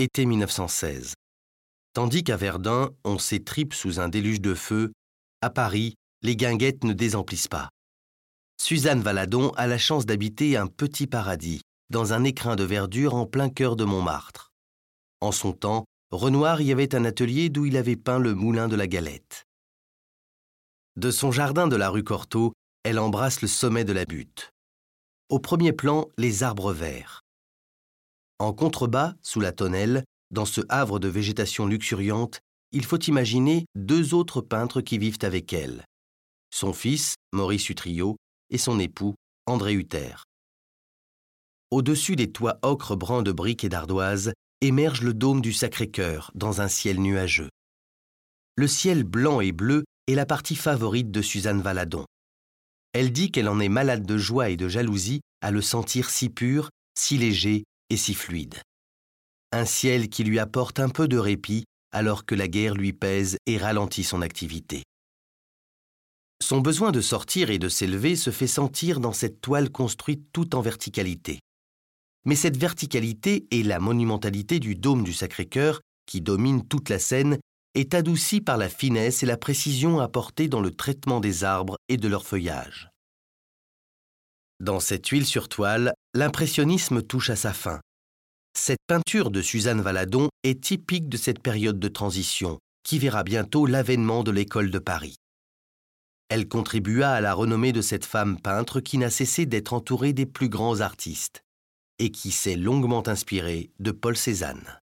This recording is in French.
Été 1916. Tandis qu'à Verdun, on s'étripe sous un déluge de feu, à Paris, les guinguettes ne désemplissent pas. Suzanne Valadon a la chance d'habiter un petit paradis, dans un écrin de verdure en plein cœur de Montmartre. En son temps, Renoir y avait un atelier d'où il avait peint le moulin de la Galette. De son jardin de la rue Cortot, elle embrasse le sommet de la butte. Au premier plan, les arbres verts. En contrebas, sous la tonnelle, dans ce havre de végétation luxuriante, il faut imaginer deux autres peintres qui vivent avec elle. Son fils, Maurice Utrillo, et son époux, André Hutter. Au-dessus des toits ocre bruns de briques et d'ardoises, émerge le dôme du Sacré-Cœur dans un ciel nuageux. Le ciel blanc et bleu est la partie favorite de Suzanne Valadon. Elle dit qu'elle en est malade de joie et de jalousie à le sentir si pur, si léger et si fluide. Un ciel qui lui apporte un peu de répit alors que la guerre lui pèse et ralentit son activité. Son besoin de sortir et de s'élever se fait sentir dans cette toile construite tout en verticalité. Mais cette verticalité et la monumentalité du dôme du Sacré-Cœur, qui domine toute la scène, est adoucie par la finesse et la précision apportées dans le traitement des arbres et de leur feuillage. Dans cette huile sur toile, l'impressionnisme touche à sa fin. Cette peinture de Suzanne Valadon est typique de cette période de transition, qui verra bientôt l'avènement de l'École de Paris. Elle contribua à la renommée de cette femme peintre qui n'a cessé d'être entourée des plus grands artistes et qui s'est longuement inspirée de Paul Cézanne.